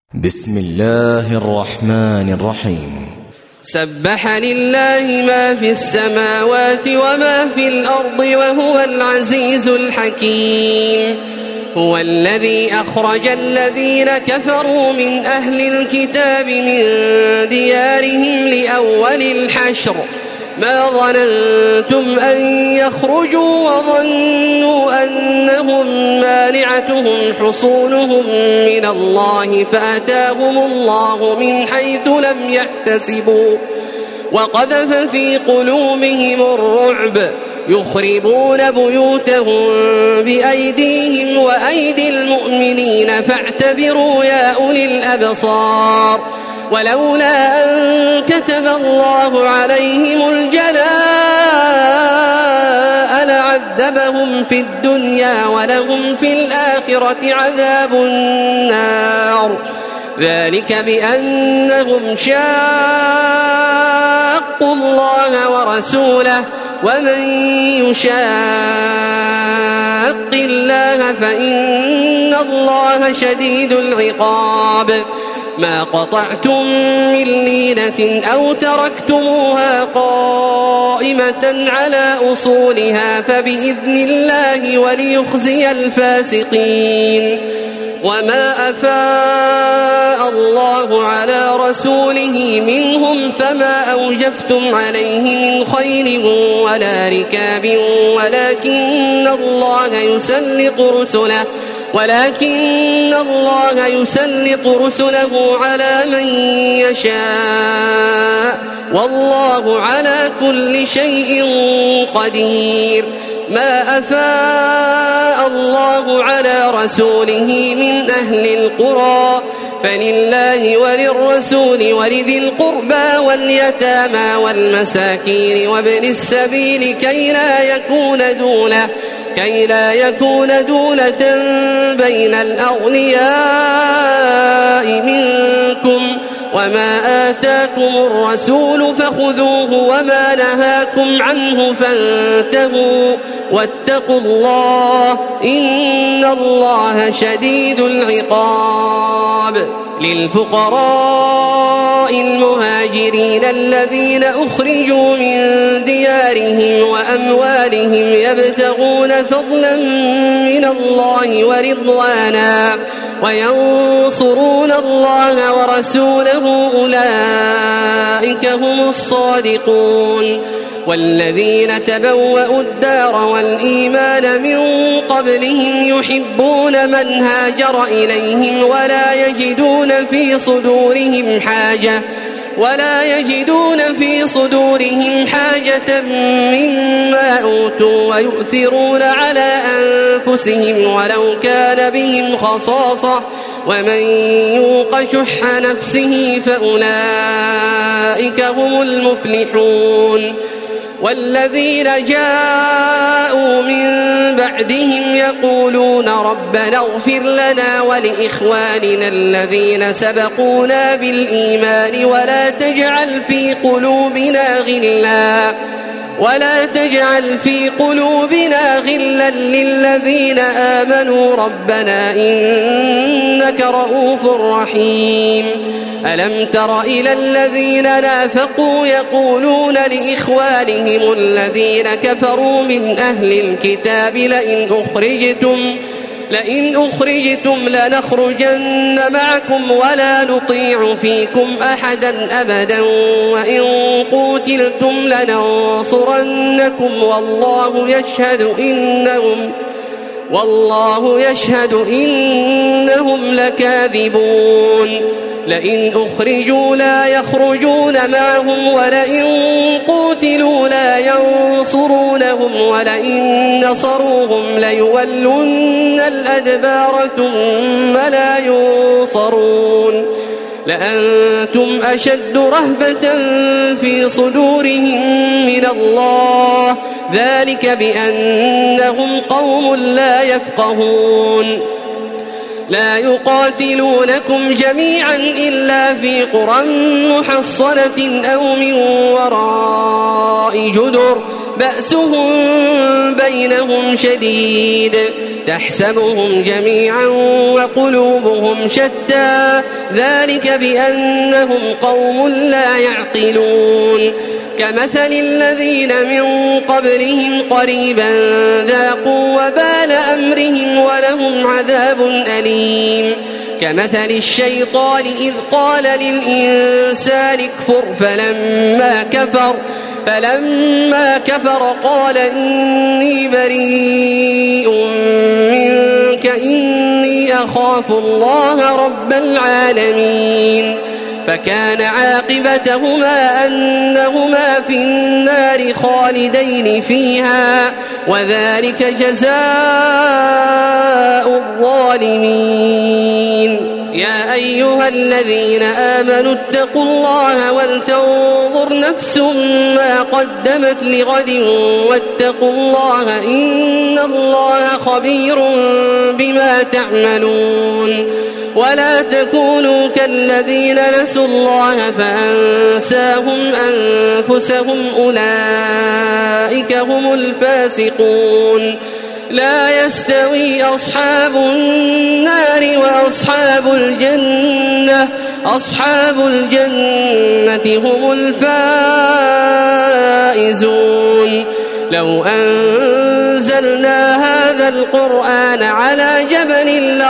بسم الله الرحمن الرحيم. سبح لله ما في السماوات وما في الأرض وهو العزيز الحكيم. هو الذي أخرج الذين كفروا من أهل الكتاب من ديارهم لأول الحشر ما ظننتم أن يخرجوا وظنوا أنهم مانعتهم حصونهم من الله فأتاهم الله من حيث لم يحتسبوا وقذف في قلوبهم الرعب يخربون بيوتهم بأيديهم وأيدي المؤمنين فاعتبروا يا أولي الأبصار. ولولا أن كتب الله عليهم الجلاء لعذبهم في الدنيا ولهم في الآخرة عذاب النار. ذلك بأنهم شاقوا الله ورسوله ومن يشاق الله فإن الله شديد العقاب. ما قطعتم من لينة أو تركتموها قائمة على أصولها فبإذن الله وليخزي الفاسقين. وما أفاء الله على رسوله منهم فما أوجفتم عليه من خيل ولا ركاب ولكن الله يسلط رسله على من يشاء والله على كل شيء قدير. ما أفاء الله على رسوله من أهل القرى فلله وللرسول ولذي القربى واليتامى والمساكين وابن السبيل كي لا يكون دولة بين الأغنياء منكم. وما آتاكم الرسول فخذوه وما نهاكم عنه فانتهوا واتقوا الله إن الله شديد العقاب. للفقراء المهاجرين الذين أخرجوا من ديارهم وأموالهم يبتغون فضلا من الله ورضوانا وينصرون الله ورسوله أولئك هم الصادقون. والذين تبوأوا الدار والإيمان من قبلهم يحبون من هاجر إليهم ولا يجدون في صدورهم حاجة مما أوتوا ويؤثرون على أنفسهم ولو كان بهم خصاصة ومن يوق شح نفسه فأولئك هم المفلحون. والذين جاءوا من بعدهم يقولون ربنا اغفر لنا ولإخواننا الذين سبقونا بالإيمان ولا تجعل في قلوبنا غلا للذين آمنوا ربنا إنك رؤوف رحيم. ألم تر إلى الذين نافقوا يقولون لإخوانهم الذين كفروا من أهل الكتاب لئن أخرجتم لنخرجن معكم ولا نطيع فيكم أحدا أبدا وإن قوتلتم لننصرنكم والله يشهد إنهم لكاذبون. لئن أخرجوا لا يخرجون معهم ولئن قوتلوا لا ينصرونهم ولئن نصروهم ليولن الأدبار ثم لا ينصرون. لأنتم أشد رهبة في صدورهم من الله ذلك بأنهم قوم لا يفقهون. لا يقاتلونكم جميعا إلا في قرى محصنة أو من وراء جدر بأسهم بينهم شديد تحسبهم جميعا وقلوبهم شتى ذلك بأنهم قوم لا يعقلون كمثل الذين من قبلهم قريبا ذاقوا وبال أمرهم ولهم عذاب أليم كمثل الشيطان إذ قال للإنسان اكفر فلما كفر قال إني بريء منك إني أخاف الله رب العالمين فكان عاقبتهما أنهما في النار خالدين فيها وذلك جزاء الظالمين يا أيها الذين آمنوا اتقوا الله ولتنظر نفس ما قدمت لغد واتقوا الله إن الله خبير بما تعملون ولا تكونوا كالذين نسوا الله فأنساهم أنفسهم أولئك هم الفاسقون لا يستوي أصحاب النار وأصحاب الجنة هم الفائزون لو أنزلنا هذا القرآن على جبل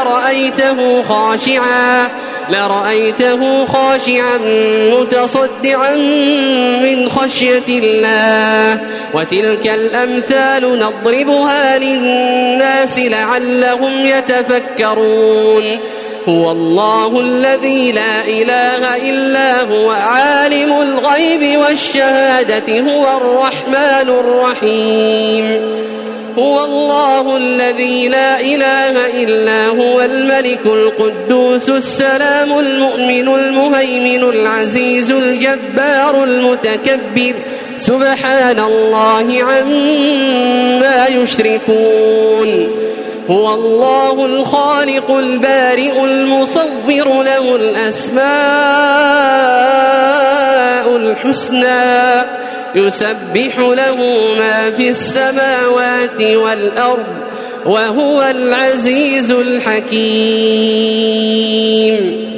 لرأيته خاشعا متصدعا من خشية الله وتلك الأمثال نضربها للناس لعلهم يتفكرون هو الله الذي لا إله إلا هو عالم الغيب والشهادة هو الرحمن الرحيم هو الله الذي لا إله إلا هو الملك القدوس السلام المؤمن المهيمن العزيز الجبار المتكبر سبحان الله عما يشركون هو الله الخالق البارئ المصور له الأسماء الحسنى يسبح له ما في السماوات والأرض وهو العزيز الحكيم